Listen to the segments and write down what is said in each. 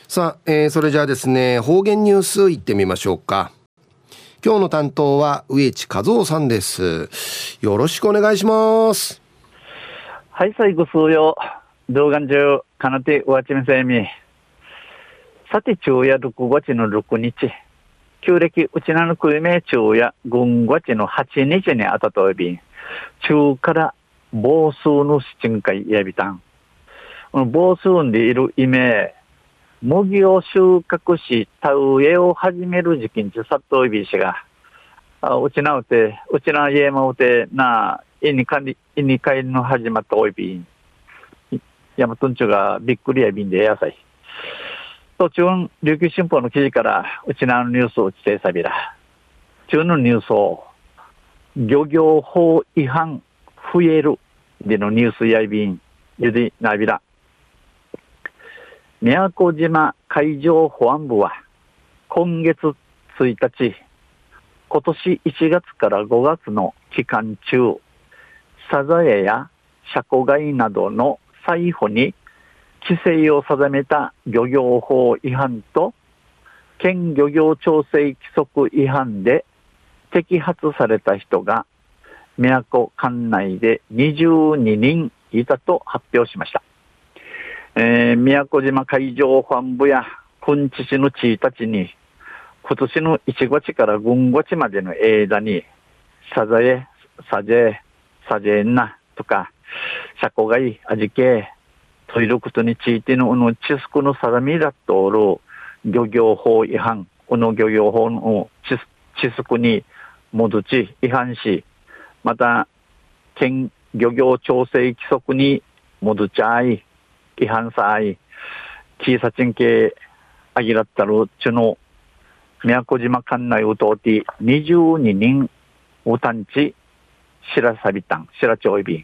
さあ、それじゃあですね、方言ニュースいってみましょうか。今日の担当は植地和夫さんです。よろしくお願いします。 はい、最後数曜動画中かなてうわちみせみさて昼夜6月の6日旧暦うちなのくいめ昼夜軍月の8日にあたといびん中から房数の七回やびたん房数でいる意味麦を収穫し田植えを始める時期にさっといびしがうちな家まうてなイニカイの始まったおいびんヤマトンチュがびっくりやびんでやさい途中琉球新報の記事からうちなのニュースを指定さびら中のニュースを漁業法違反増えるでのニュースやびんゆでなびら宮古島海上保安部は今月1日今年1月から5月の期間中サザエやシャコガイなどの採捕に規制を定めた漁業法違反と県漁業調整規則違反で摘発された人が宮古管内で22人いたと発表しました。宮古島海上保安部や君知市の知事たちに今年の1月から5月までの間にサジェンナとかシャコガイアジケトイルクトについてのチスクの定めだとおる漁業法違反漁業法のチスクに戻ち違反しまた県漁業調整規則に戻ちゃい違反さいキーサチン系あぎらったるちゅの宮古島管内を通って22人おたんち白町いびん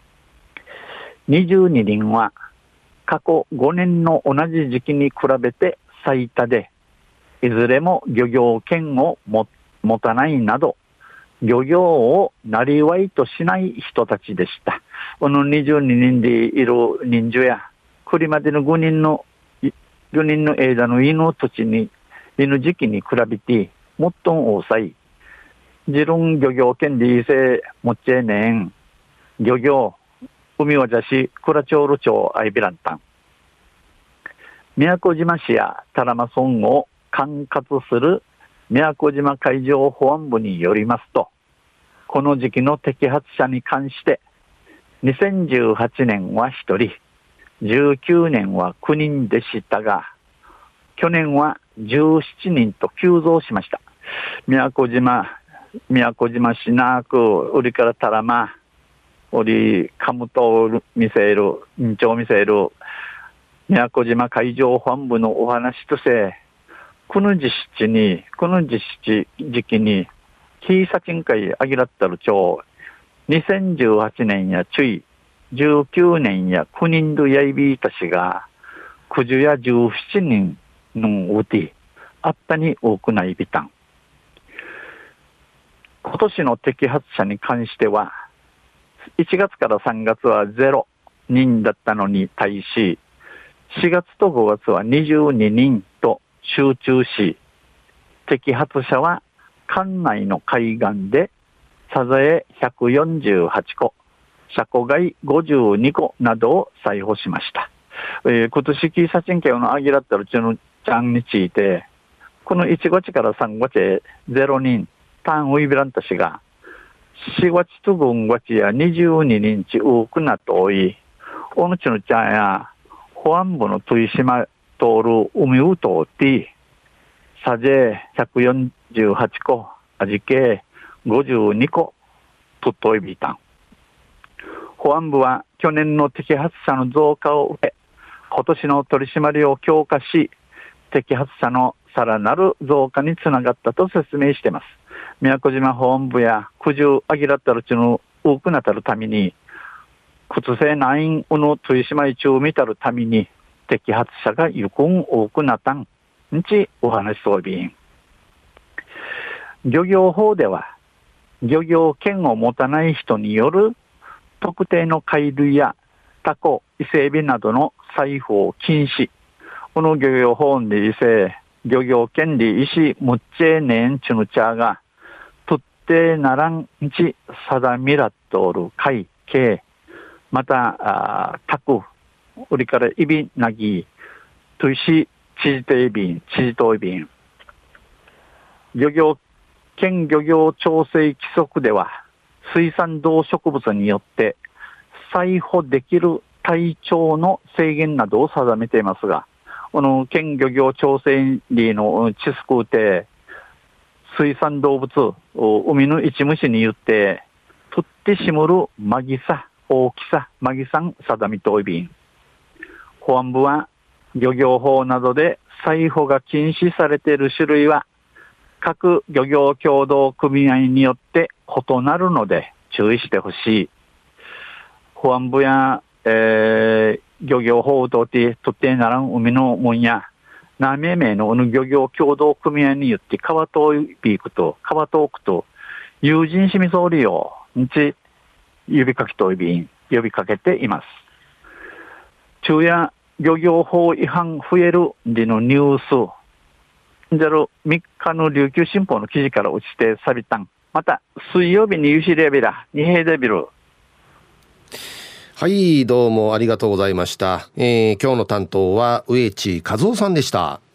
22人は過去5年の同じ時期に比べて最多でいずれも漁業権を持たないなど漁業をなりわいとしない人たちでした。この22人でいる人数やこれまでの5人の間の犬土地に犬時期に比べて最も多さい自論漁業権でいせもっちえねん漁業海わじゃし倉町路町アイビランタン宮古島市や多良間村を管轄する宮古島海上保安部によりますとこの時期の摘発者に関して2018年は1人19年は9人でしたが去年は17人と急増しました。宮古島市なく売りからたらま売りカムト見せる認証見せる宮古島海上保安部のお話としてこの時期にキーサチン会あぎらったる町2018年や注意19年や9人のやいびいたしが9時や17人のうてあったに多くないびたん今年の摘発者に関しては1月から3月は0人だったのに対し4月と5月は22人と集中し摘発者は管内の海岸でサザエ148個シャコガイ52個などを採捕しました。今年キーサチンケのアギラッタルチュのちゃんについてこの1月から3月0人タンウイビランタ氏が4月と5月や22人ち多くなとおいおのちのちゃんや保安部の取島通る海を通ってサジェ148個アジケ52個とっといびたん保安部は去年の摘発者の増加を受け今年の取り締まりを強化し摘発者のさらなる増加につながったと説明しています。宮古島保安部や九十アギラッタルチの多くなたるために靴製ナインの取り締まり中を見たるために摘発者がゆくん多くなたんにちお話しそうびん漁業法では漁業権を持たない人による特定の貝類やタコ、伊勢エビなどの採捕を禁止この漁業法でいせ、漁業権利意思むっちぇねんちゅぬちゃが、とってならんち定みらっとおる会計、また、たく、売りからいびなぎ、といし、ちじていびん、ちじといびん。県漁業調整規則では、水産動植物によって、採捕できる体長の制限などを定めていますが、この県漁業調整理の地スクで、水産動物、海の一虫によって、とってしむるまぎさ、大きさ、まぎさん定めておいびん。保安部は、漁業法などで採捕が禁止されている種類は、各漁業協同組合によって異なるので注意してほしい。保安部や、漁業法とってとってならん海のもんや、なめめの漁業協同組合によって川とびくと、川とくと、友人しみそうりよ、にち、呼びかけといびん、呼びかけています。昼夜、漁業法違反増えるでのニュース、じゃる3日の琉球新報の記事から落ちてさびたん。また、水曜日にユシレビラ、二平デビル。 はい、どうもありがとうございました。今日の担当は植地和夫さんでした。